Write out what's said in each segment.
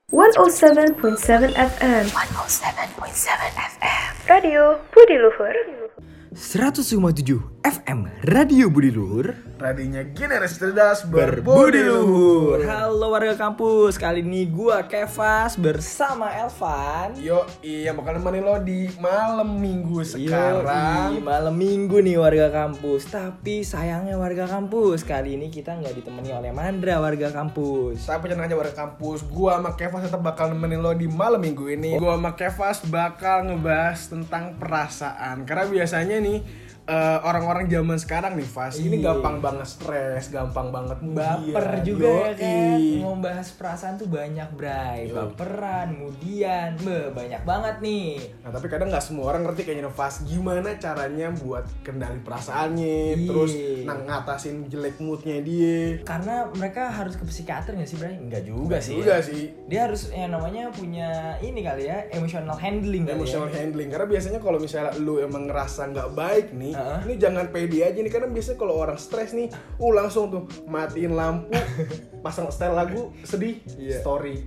107.7 FM. 107.7 FM. Radio Budi Luhur. 100,7 FM Radio Budi Luhur. Radionya generasi cerdas Berbudi Luhur. Halo warga kampus, kali ini gua Kevas bersama Elvan. Yo, iya bakal nemenin lo di malam minggu sekarang. Malam minggu nih warga kampus. Tapi sayangnya warga kampus, kali ini kita nggak ditemani oleh Mandra warga kampus. Tapi tenang aja warga kampus, gua sama Kevas tetap bakal nemenin lo di malam minggu ini. Gua sama Kevas bakal ngebahas tentang perasaan. Karena biasanya nih orang-orang zaman sekarang nih Fas, ini gampang banget stres, gampang banget baper juga ya kan. Membahas perasaan tuh banyak bray, baperan, kemudian banyak banget nih. Nah tapi kadang nggak semua orang ngerti kayaknya Fas, gimana caranya buat kendali perasaannya, terus ngatasin jelek moodnya dia. Karena mereka harus ke psikiater nggak sih bray? Enggak juga sih. Dia harus yang namanya punya ini kali ya, emotional handling. Emotional handling, karena biasanya kalau misalnya lu emang ngerasa nggak baik nih. Ini jangan pede aja nih, karena biasanya kalau orang stres nih, langsung tuh matiin lampu, pasang setel lagu sedih, story.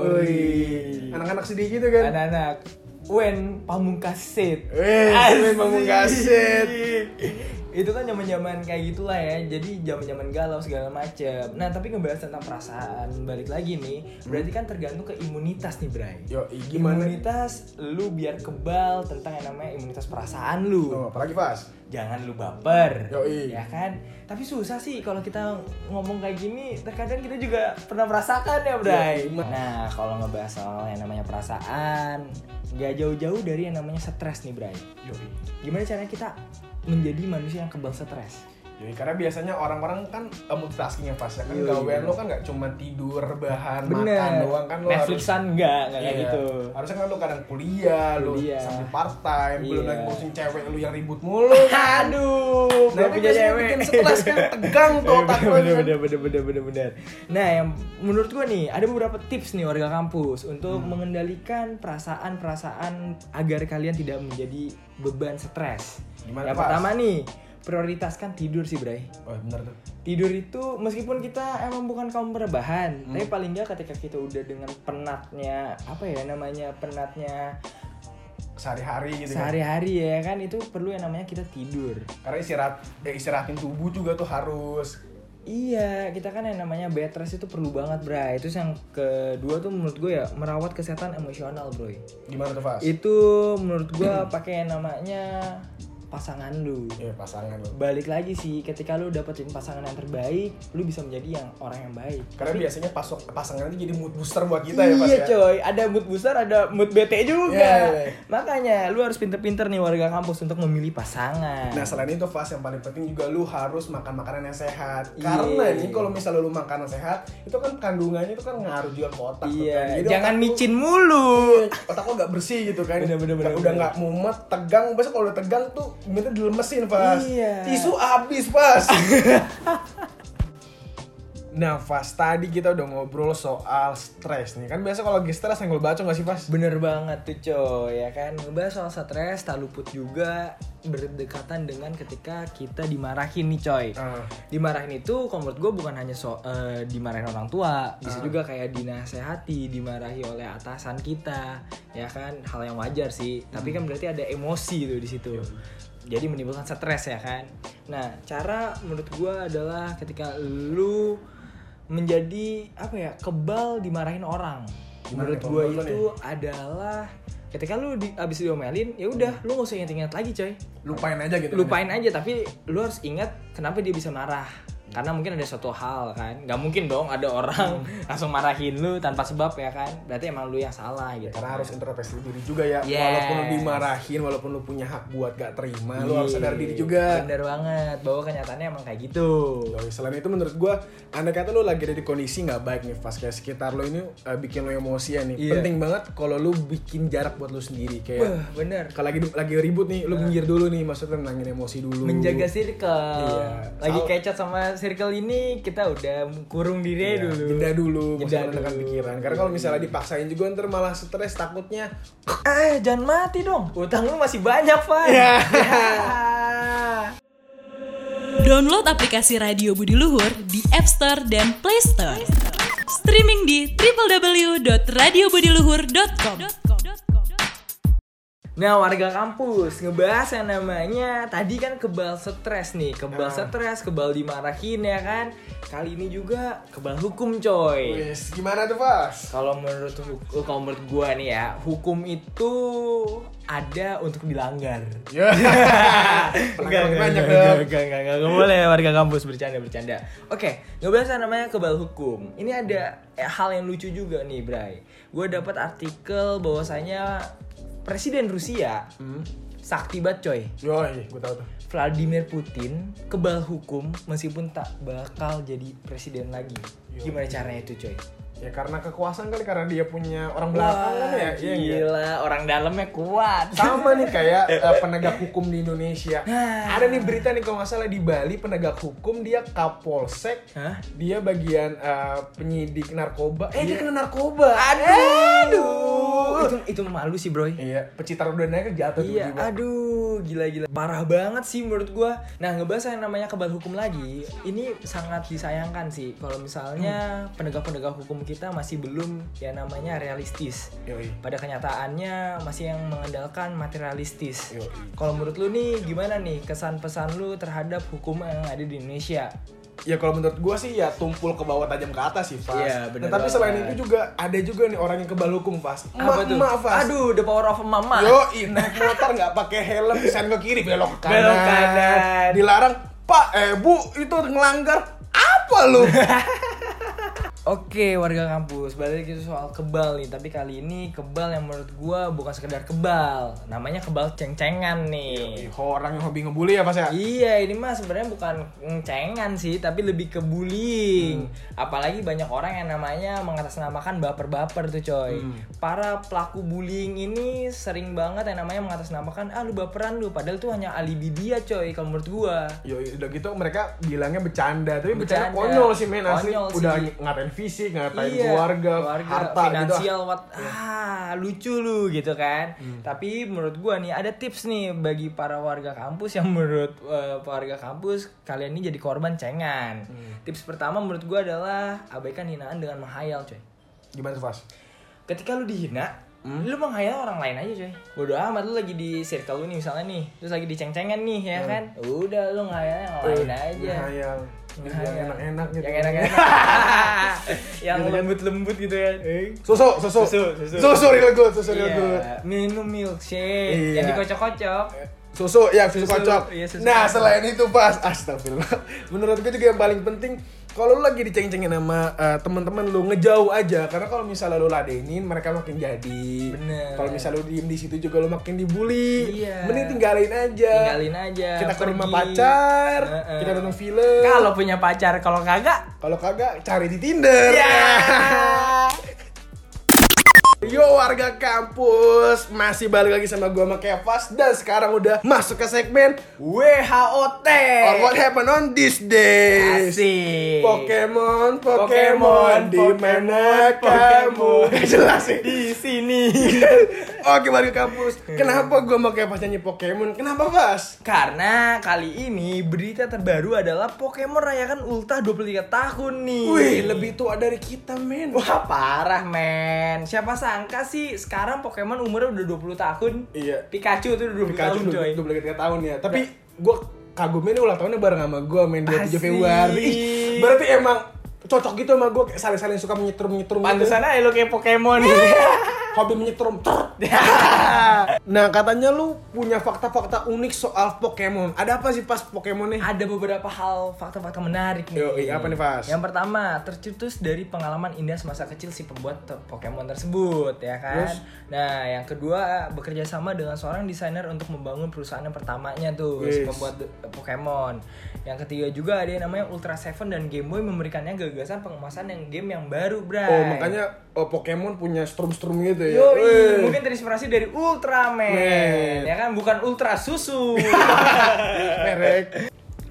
Anak-anak sedih gitu kan? Anak-anak Wen Pamungkasit. Wen Pamungkasit. Itu kan zaman-zaman kayak gitulah ya. Jadi zaman-zaman galau segala macam. Nah, tapi ngebahas tentang perasaan balik lagi nih, berarti kan tergantung ke imunitas nih, Bray. Yo, gimana? Imunitas lu biar kebal tentang yang namanya imunitas perasaan lu. Apalagi Pas? Jangan lu baper. Yoi. Ya kan? Tapi susah sih kalau kita ngomong kayak gini, terkadang kita juga pernah merasakan ya, Bray. Nah, kalau ngebahas soal yang namanya perasaan, gak jauh-jauh dari yang namanya stres nih, Bray. Yoi. Gimana caranya kita menjadi manusia yang kebal stres? Jadi karena biasanya orang-orang kan multitasking ya Pas ya kan, gawean lo kan nggak cuma tidur, rebahan, makan doang kan, lo Netflixan enggak kayak gitu. Harusnya kan lo kadang kuliah. Lo sambil part time, belum lagi ngurusin cewek lo yang ribut mulu. Aduh, nah punya cewek bikin stres kan, tegang tuh otak lo. Bener. Nah, yang menurut gua nih ada beberapa tips nih warga kampus untuk mengendalikan perasaan-perasaan agar kalian tidak menjadi beban stres. Gimana, yang pertama nih, prioritaskan tidur sih, Bray. Oh, bener tuh. Tidur itu meskipun kita emang bukan kaum rebahan, tapi paling enggak ketika kita udah dengan penatnya, penatnya sehari-hari gitu sehari-hari ya kan, itu perlu yang namanya kita tidur. Karena istirahatin tubuh juga tuh harus. Iya, kita kan yang namanya bed rest itu perlu banget, Bray. Itu yang kedua tuh menurut gue ya, merawat kesehatan emosional, Bro. Gimana tuh, Fas? Itu menurut gue pakai yang namanya pasangan lu. Iya, pasangan lu. Balik lagi sih, ketika lu dapetin pasangan yang terbaik, lu bisa menjadi orang yang baik. Karena biasanya pasangan itu jadi mood booster buat kita ya, Pas. Iya, coy. Ada mood booster, ada mood bete juga. Yeah. Makanya lu harus pinter-pinter nih warga kampus untuk memilih pasangan. Nah, selain itu, Fas, yang paling penting juga lu harus makan makanan yang sehat. Karena nih kalau misalnya lu makanan sehat, itu kan kandungannya itu kan ngaruh juga ke otak. Iya. Kan. Jangan micin mulu. Otak lo gak bersih gitu kan. Bener. Udah gak mumet, tegang. Biasanya kalau udah tegang tuh minta dilemesin, Fas. Iya. Tisu habis, Fas. Nah, Fas, tadi kita udah ngobrol soal stres nih. Kan biasa kalau lagi stres senggol bacok gak sih, Fas? Bener banget tuh, coy. Ya kan, ngebahas soal stres tak luput juga berdekatan dengan ketika kita dimarahin nih, coy. Dimarahin itu kalau menurut gue bukan hanya dimarahin orang tua, bisa juga kayak dinasehati, dimarahi oleh atasan kita. Ya kan, hal yang wajar sih. Tapi kan berarti ada emosi tuh di situ. Jadi menimbulkan stres ya kan. Nah, cara menurut gue adalah ketika lu menjadi kebal dimarahin orang. Menurut gue itu adalah ketika lu abis diomelin, ya udah lu nggak usah ingat-ingat lagi, coy. Lupain aja gitu. Lupain aja, tapi lu harus ingat kenapa dia bisa marah. Karena mungkin ada suatu hal kan, nggak mungkin dong ada orang langsung marahin lu tanpa sebab ya kan, berarti emang lu yang salah gitu. Karena harus introspeksi diri juga ya. Walaupun lu dimarahin, walaupun lu punya hak buat gak terima, lu harus sadar diri juga. Bener banget, bahwa kenyataannya emang kayak gitu. Selain itu menurut gue, andai kata lu lagi ada di kondisi gak baik nih, pas kayak sekitar lu ini bikin lu emosian nih, penting banget kalau lu bikin jarak buat lu sendiri. Kayak bener. Kalau lagi ribut nih, lu minggir dulu nih, maksudnya tenangin emosi dulu. Menjaga circle. Iya. Lagi kecot sama circle ini, kita udah kurung diri dulu. Jeda dulu, menenangkan pikiran. Karena kalau misalnya dipaksain juga ntar malah stres, takutnya jangan mati dong. Utang lu masih banyak, Pak. Download aplikasi Radio Budi Luhur di App Store dan Play Store. Streaming di www.radiobodiluhur.com. Nah, warga kampus ngebahas yang namanya tadi kan kebal stres nih, kebal dimarahin ya kan. Kali ini juga kebal hukum, coy. Wes, gimana tuh, Pas? Kalau menurut gua nih ya, hukum itu ada untuk dilanggar. Ya. Enggak boleh warga kampus bercanda. Oke, ngebahas yang namanya kebal hukum. Ini ada hal yang lucu juga nih, Bray. Gua dapat artikel bahwasanya Presiden Rusia sakti banget, coy. Yoi, gue tahu tuh. Vladimir Putin kebal hukum meskipun tak bakal jadi presiden lagi. Gimana caranya itu, coy? Ya karena kekuasaan kali, karena dia punya orang belakang kan ya. Gila, orang dalamnya kuat. Sama nih kayak penegak hukum di Indonesia. Ada nih berita nih kalau nggak salah di Bali, penegak hukum dia Kapolsek. Dia bagian penyidik narkoba. Dia kena narkoba. Aduh. Itu malu sih, bro. Iya, pecinta udah naik jatuh Iya, tiba-tiba. aduh, gila. Parah banget sih menurut gua. Nah, ngebahas yang namanya kebal hukum lagi, ini sangat disayangkan sih kalau misalnya penegak-penegak hukum kita masih belum yang namanya realistis. Yoi. Pada kenyataannya masih yang mengandalkan materialistis. Yoi. Kalau menurut lu nih gimana nih kesan pesan lu terhadap hukum yang ada di Indonesia? Ya kalau menurut gue sih ya tumpul ke bawah tajam ke atas sih, Fas. Iya, bener Nah, tapi banget. selain itu juga ada juga nih orang yang kebal hukum, Fas. Apa tuh? Emak, Fas. Aduh, the power of mama. Yo, naik motor nggak pakai helm, pisan ke kiri, belok ke kanan. Belok kanan. Dilarang, Pak, Bu, itu ngelanggar. Apa lu? Oke, Warga kampus, balik lagi soal kebal nih. Tapi kali ini kebal yang menurut gua bukan sekedar kebal, namanya kebal ceng-cengan nih. orang yang hobi ngebully ya, Pas ya? Iya, ini mah sebenarnya bukan cengan sih, tapi lebih ke bullying. Apalagi banyak orang yang namanya mengatasnamakan baper-baper tuh, coy. Para pelaku bullying ini sering banget yang namanya mengatasnamakan, lu baperan lu, padahal itu hanya alibi dia, coy, kalau menurut gua. Yo, udah gitu mereka bilangnya bercanda, tapi bercanda Bercanda. konyol sih, men, asli. Konyol sih. Udah ngatain fisik, ngatain keluarga, harta finansial, gitu. lucu lu gitu kan. Tapi menurut gua nih ada tips nih bagi para warga kampus yang menurut warga kampus kalian ini jadi korban cengan. Tips pertama menurut gua adalah abaikan hinaan dengan menghayal, coy. Gimana tuh, Pas? Ketika lu dihina, lu menghayal orang lain aja, coy. Bodoh amat, lu lagi di circle lu nih misalnya nih, terus lagi diceng-cengan nih ya kan. Udah lu ngayalnya yang lain aja. Yang enak-enak gitu. Yang enak-enak. Yang lembut-lembut gitu kan. Susu real good. Minum milkshake yang dikocok-kocok. Susu kocok. Iya, susu Nah, kocok. selain itu, Pas, astagfirullah. Menurut gue juga yang paling penting kalau lu lagi diceng-cengin sama teman-teman lu, ngejauh aja, karena kalau misalnya lu ladenin mereka makin jadi. Bener. Kalau misalnya lu diem di situ juga lu makin dibully. Iya. Mending tinggalin aja. Kita ke rumah pergi. pacar, kita nonton film. Kalau punya pacar, kalau kagak Cari di Tinder. ya. Yo warga kampus, masih balik lagi sama gua sama Kevas, dan sekarang udah masuk ke segmen WHOT Or What Happened on These Days. Asik. Pokemon, di Pokemon, mana kamu? Gak jelas sih. di sini. Oke warga kampus, kenapa gua mau Kevas nyanyi Pokemon? Kenapa, Pas? Karena kali ini berita terbaru adalah Pokemon rayakan ultah 23 tahun nih. Wih, lebih tua dari kita, men. Wah, parah, men. Siapa sangka sih sekarang Pokemon umurnya udah 20 tahun. Iya. Pikachu tuh udah 20 tahun, coy. 23 tahun ya. Tapi gua kagumnya nih ulang tahunnya bareng sama gua, main 27 Asik. Februari. Berarti emang cocok gitu sama gua, kayak saling-saling suka menyetrum gitu. Pantesan aja lo kayak Pokemon. Hobi menyetrum. Nah, katanya lu punya fakta-fakta unik soal Pokemon. Ada apa sih, Pas, Pokemon nih? Ada beberapa hal fakta-fakta menarik nih. Yoi, apa nih, Pas? Yang pertama, tercetus dari pengalaman indah semasa kecil si pembuat Pokemon tersebut, ya kan? Terus? Nah, yang kedua, bekerja sama dengan seorang desainer untuk membangun perusahaan yang pertamanya tuh, si Yes. pembuat Pokemon. Yang ketiga juga ada yang namanya Ultra Seven dan Game Boy memberikannya gagasan pengemasan yang game yang baru, bray. Oh, makanya Pokemon punya strum-strum gitu ya. Yoi, Wih. mungkin terinspirasi dari Ultraman, Men. ya kan? Bukan Ultra Susu. Merek.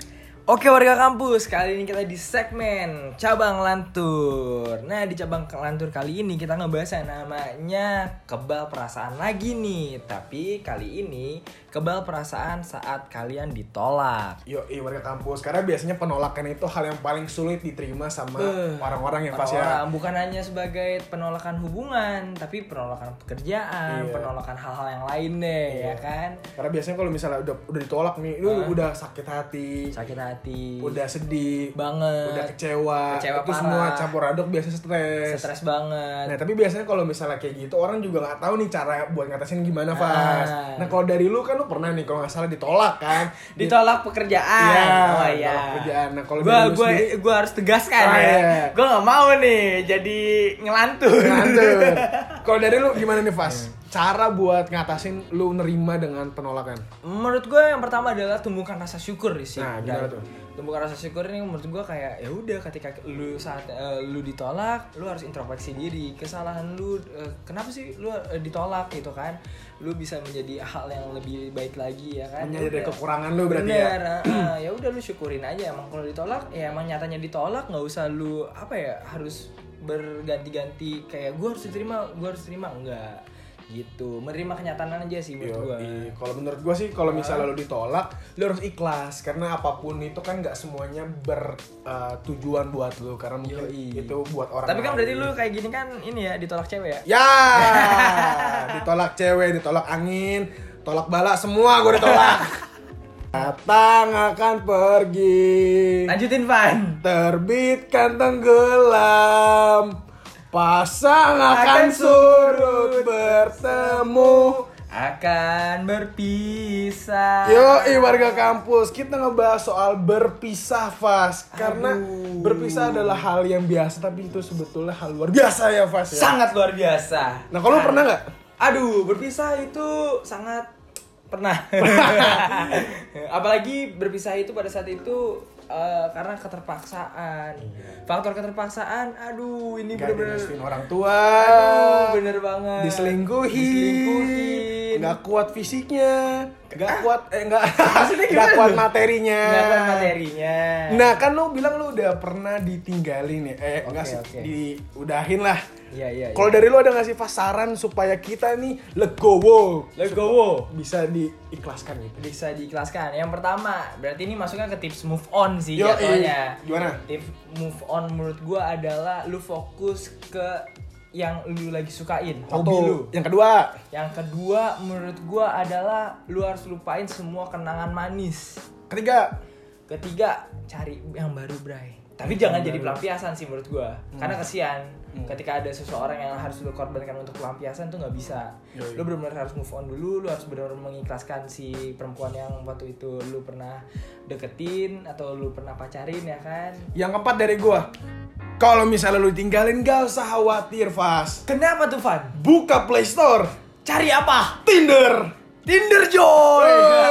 Oke warga kampus, kali ini kita di segmen Cabang Lantur. Nah di Cabang Lantur kali ini kita ngebahas yang namanya kebal perasaan lagi nih. Tapi kali ini kebal perasaan saat kalian ditolak. Yoi warga kampus, karena biasanya penolakan itu hal yang paling sulit diterima sama orang-orang yang pasti ya. Bukan hanya sebagai penolakan hubungan, tapi penolakan pekerjaan, penolakan hal-hal yang lain deh, ya kan? Karena biasanya kalau misalnya udah ditolak nih, lu udah sakit hati, udah sedih banget, udah kecewa itu parah. semua campur aduk, biasa stres banget. Nah tapi biasanya kalau misalnya kayak gitu orang juga nggak tahu nih cara buat ngatasin gimana, Fas. Nah kalau dari lu kan lu pernah nih kalau nggak salah ditolak kan, ditolak pekerjaan. Ditolak pekerjaan. Nah kalau gue harus tegaskan gue nggak mau nih jadi ngelantur. Kalau dari lu gimana nih, Fas? Cara buat ngatasin lu nerima dengan penolakan? Menurut gue yang pertama adalah tumbuhkan rasa syukur sih. Nah, gimana tuh? Tumbuhkan rasa syukur ini menurut gue kayak ya udah ketika lu saat lu ditolak, lu harus introspeksi diri. Kesalahan lu kenapa sih lu ditolak gitu kan? Lu bisa menjadi hal yang lebih baik lagi ya kan? Menyadari kekurangan lu berarti ya. Ya udah lu syukurin aja. Emang kalau ditolak ya emang nyatanya ditolak, nggak usah lu harus berganti-ganti kayak gue harus terima enggak gitu, menerima kenyataan aja sih menurut gue. Kalau menurut gue sih kalau misalnya lo ditolak, lo harus ikhlas karena apapun itu kan nggak semuanya bertujuan buat lo, karena mungkin itu buat orang. Tapi kan berarti lo kayak gini kan ini ya ditolak cewek ya? Ya, ditolak cewek, ditolak angin, tolak bala, semua gue ditolak. Datang akan pergi. Lanjutin Van. Terbitkan tenggelam. Pasang akan surut, bertemu akan berpisah. Yoi warga kampus, kita ngebahas soal berpisah, Fas. Karena berpisah adalah hal yang biasa, tapi itu sebetulnya hal luar biasa ya, Fas ya? Sangat luar biasa. Nah kalau pernah gak? Aduh, berpisah itu sangat pernah. Apalagi berpisah itu pada saat itu karena keterpaksaan. Faktor keterpaksaan, aduh ini bener-bener orang tua. Aduh, bener banget. Diselingkuhin. Gak kuat fisiknya. Gak kuat materinya. Nah kan lu bilang lu udah pernah ditinggalin ya. Diudahin lah. Iya. Kalau dari lu ada nggak sih saran supaya kita nih legowo bisa diikhlaskan gitu? Bisa diikhlaskan. Yang pertama, berarti ini masuknya ke tips move on sih jatuhnya. Gimana? Tips move on menurut gua adalah lu fokus ke yang lu lagi sukain, hobi lu. Yang kedua menurut gua adalah lu harus lupain semua kenangan manis. Ketiga, cari yang baru, Bray. Tapi jangan jadi pelampiasan sih menurut gua. Karena kasihan ketika ada seseorang yang harus lu korbankan untuk pelampiasan tuh nggak bisa. Lu benar-benar harus move on dulu, lu harus benar-benar mengikhlaskan si perempuan yang waktu itu lu pernah deketin atau lu pernah pacarin ya kan. Yang keempat dari gua, kalau misalnya lu tinggalin gak usah khawatir, Fas. Kenapa tuh, Van? Buka Play Store. Cari apa? Tinder Joy.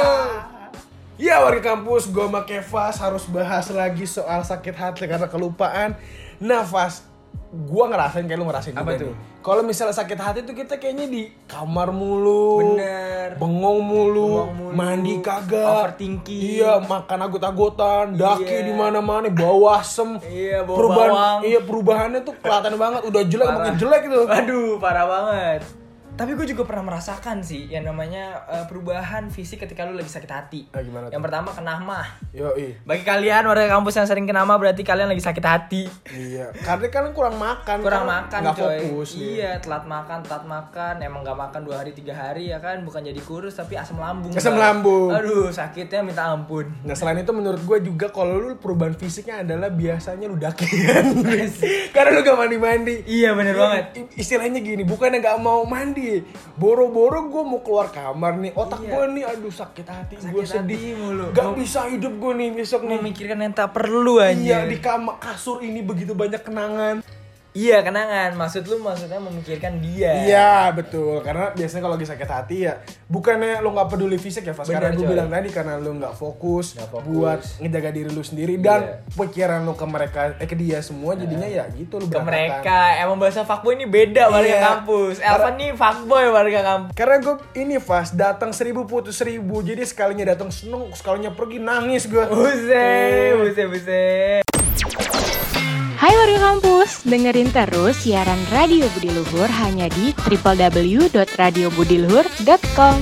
Ya warga kampus, gue sama Kevas harus bahas lagi soal sakit hati karena kelupaan. Nah, Fas, gue ngerasain kayak lu ngerasain apa juga tuh? Kalau misalnya sakit hati tuh kita kayaknya di kamar mulu. Bener. Bengong mulu. Mandi kagak. Overthinking. Iya, makan agot-agotan, daki di mana-mana, bau asem. Iya, bau bawang. Iya, perubahannya tuh kelihatan banget, udah jelek makin jelek gitu. Aduh, parah banget. Tapi gue juga pernah merasakan sih yang namanya perubahan fisik ketika lu lagi sakit hati. Gimana tuh? Yang pertama kena mah. Yoi. Bagi kalian warga kampus yang sering kena mah berarti kalian lagi sakit hati. Iya, karena kan kurang makan. Nggak coy. Fokus. Iya, telat makan. Emang nggak makan 2 hari 3 hari ya kan, bukan jadi kurus tapi asam lambung. Aduh, sakitnya minta ampun. Nah selain itu menurut gue juga kalau lu perubahan fisiknya adalah biasanya lu dakian. Karena lu gak mandi-mandi. Iya bener banget. Istilahnya gini, bukannya gak mau mandi, boro-boro gue mau keluar kamar nih, otak gue nih aduh sakit hati, gue sedih mulu. Gak bisa hidup gue nih besok nih. Memikirkan yang tak perlu aja. Iya, di kasur ini begitu banyak kenangan. Iya, kenangan. Maksudnya memikirkan dia. Iya, betul. Karena biasanya kalau lagi sakit hati ya bukannya lu nggak peduli fisik ya, Fas. Karena gue bilang tadi karena lu nggak fokus buat ngejaga diri lu sendiri dan pikiran lu ke dia semua jadinya ya gitu lu berantakan. Ke mereka. Emang bahasa fuckboy ini beda warga kampus. Elvan nih fuckboy warga kampus. Karena gue ini, Fas, datang 1000 putus 1000. Jadi sekalinya datang seneng, sekalinya pergi nangis gue. Buset. Hai warga kampus, dengerin terus siaran Radio Budi Luhur hanya di www.radiobudiluhur.com.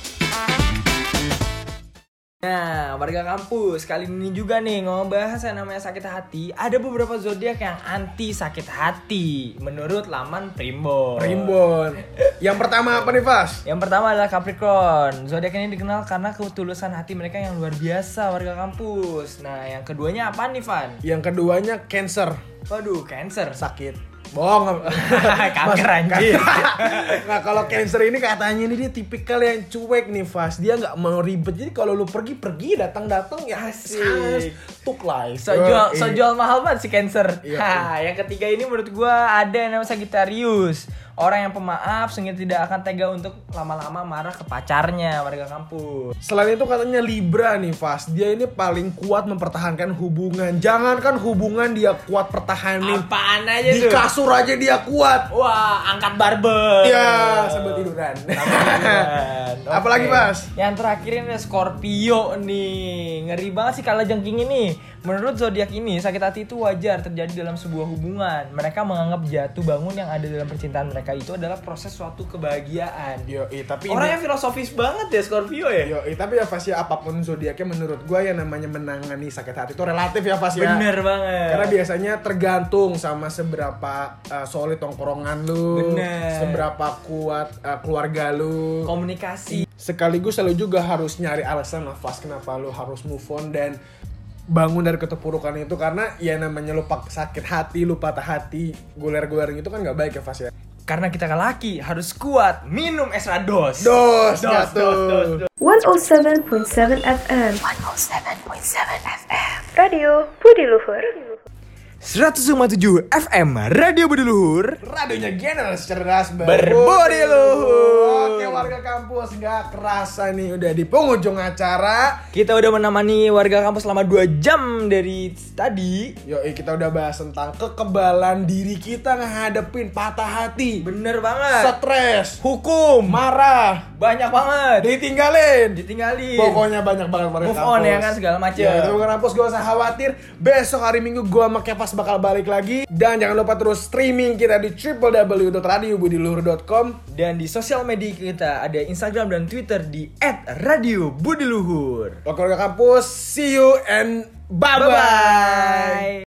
Nah, warga kampus, kali ini juga nih ngebahas yang namanya sakit hati. Ada beberapa zodiak yang anti sakit hati menurut laman Primbon. Yang pertama apa nih, Fas? Yang pertama adalah Capricorn. Zodiak ini dikenal karena ketulusan hati mereka yang luar biasa, warga kampus. Nah, yang keduanya apa nih, Van? Yang keduanya Cancer. Waduh, Cancer. Sakit. Bohong. Kanker anjir. Nah, kalau Cancer ini katanya ini dia tipikal yang cuek nih, Fas. Dia nggak mau ribet. Jadi kalau lu pergi, datang ya asik. Tuk life. So jual mahal banget si Cancer. Yang ketiga ini menurut gua ada yang namanya Sagittarius. Orang yang pemaaf sehingga tidak akan tega untuk lama-lama marah ke pacarnya, warga kampus. Selain itu katanya Libra nih, Fas. Dia ini paling kuat mempertahankan hubungan. Jangankan hubungan dia kuat pertahanin. Apaan aja tuh? Di kasur aja dia kuat. Wah, angkat barbel. Ya, sambil tiduran. Apalagi, Fas? Yang terakhir ini Scorpio nih. Ngeri banget sih kalau jengking ini. Menurut zodiak ini, sakit hati itu wajar terjadi dalam sebuah hubungan. Mereka menganggap jatuh bangun yang ada dalam percintaan mereka itu adalah proses suatu kebahagiaan. Tapi orangnya filosofis banget ya Scorpio ya. Tapi ya Fas ya, apapun zodiaknya menurut gua yang namanya menangani sakit hati itu relatif ya, Fas ya. Bener banget. Karena biasanya tergantung sama seberapa solid tongkrongan lu, seberapa kuat keluarga lu, komunikasi. Sekaligus lu juga harus nyari alasan lah, Fas, kenapa lu harus move on dan bangun dari keterpurukan itu. Karena ya namanya lu sakit hati, lu patah hati, guler-guler itu kan gak baik ya, Fas ya. Karena kita laki harus kuat, minum extra dos. Dos. 107.7 FM. 107.7 FM. Radio Budi Luhur. 107.7 FM Radio Budi Luhur. Radionya generasi cerdas berbudi luhur. Oke warga kampus, gak kerasa nih udah di penghujung acara. Kita udah menemani warga kampus selama 2 jam dari tadi. Kita udah bahas tentang kekebalan diri kita ngehadapin patah hati. Bener banget. Stres, hukum, marah, banyak banget. Ditinggalin. Pokoknya banyak banget warga move kampus. On ya kan segala macam. Itu warga kampus, gak usah khawatir. Besok hari Minggu gua sama Kevas bakal balik lagi. Dan jangan lupa terus streaming kita di www.radiobudiluhur.com. Dan di sosial media kita ada Instagram dan Twitter di @radiobudiluhur. Oke warga kampus, see you and bye-bye.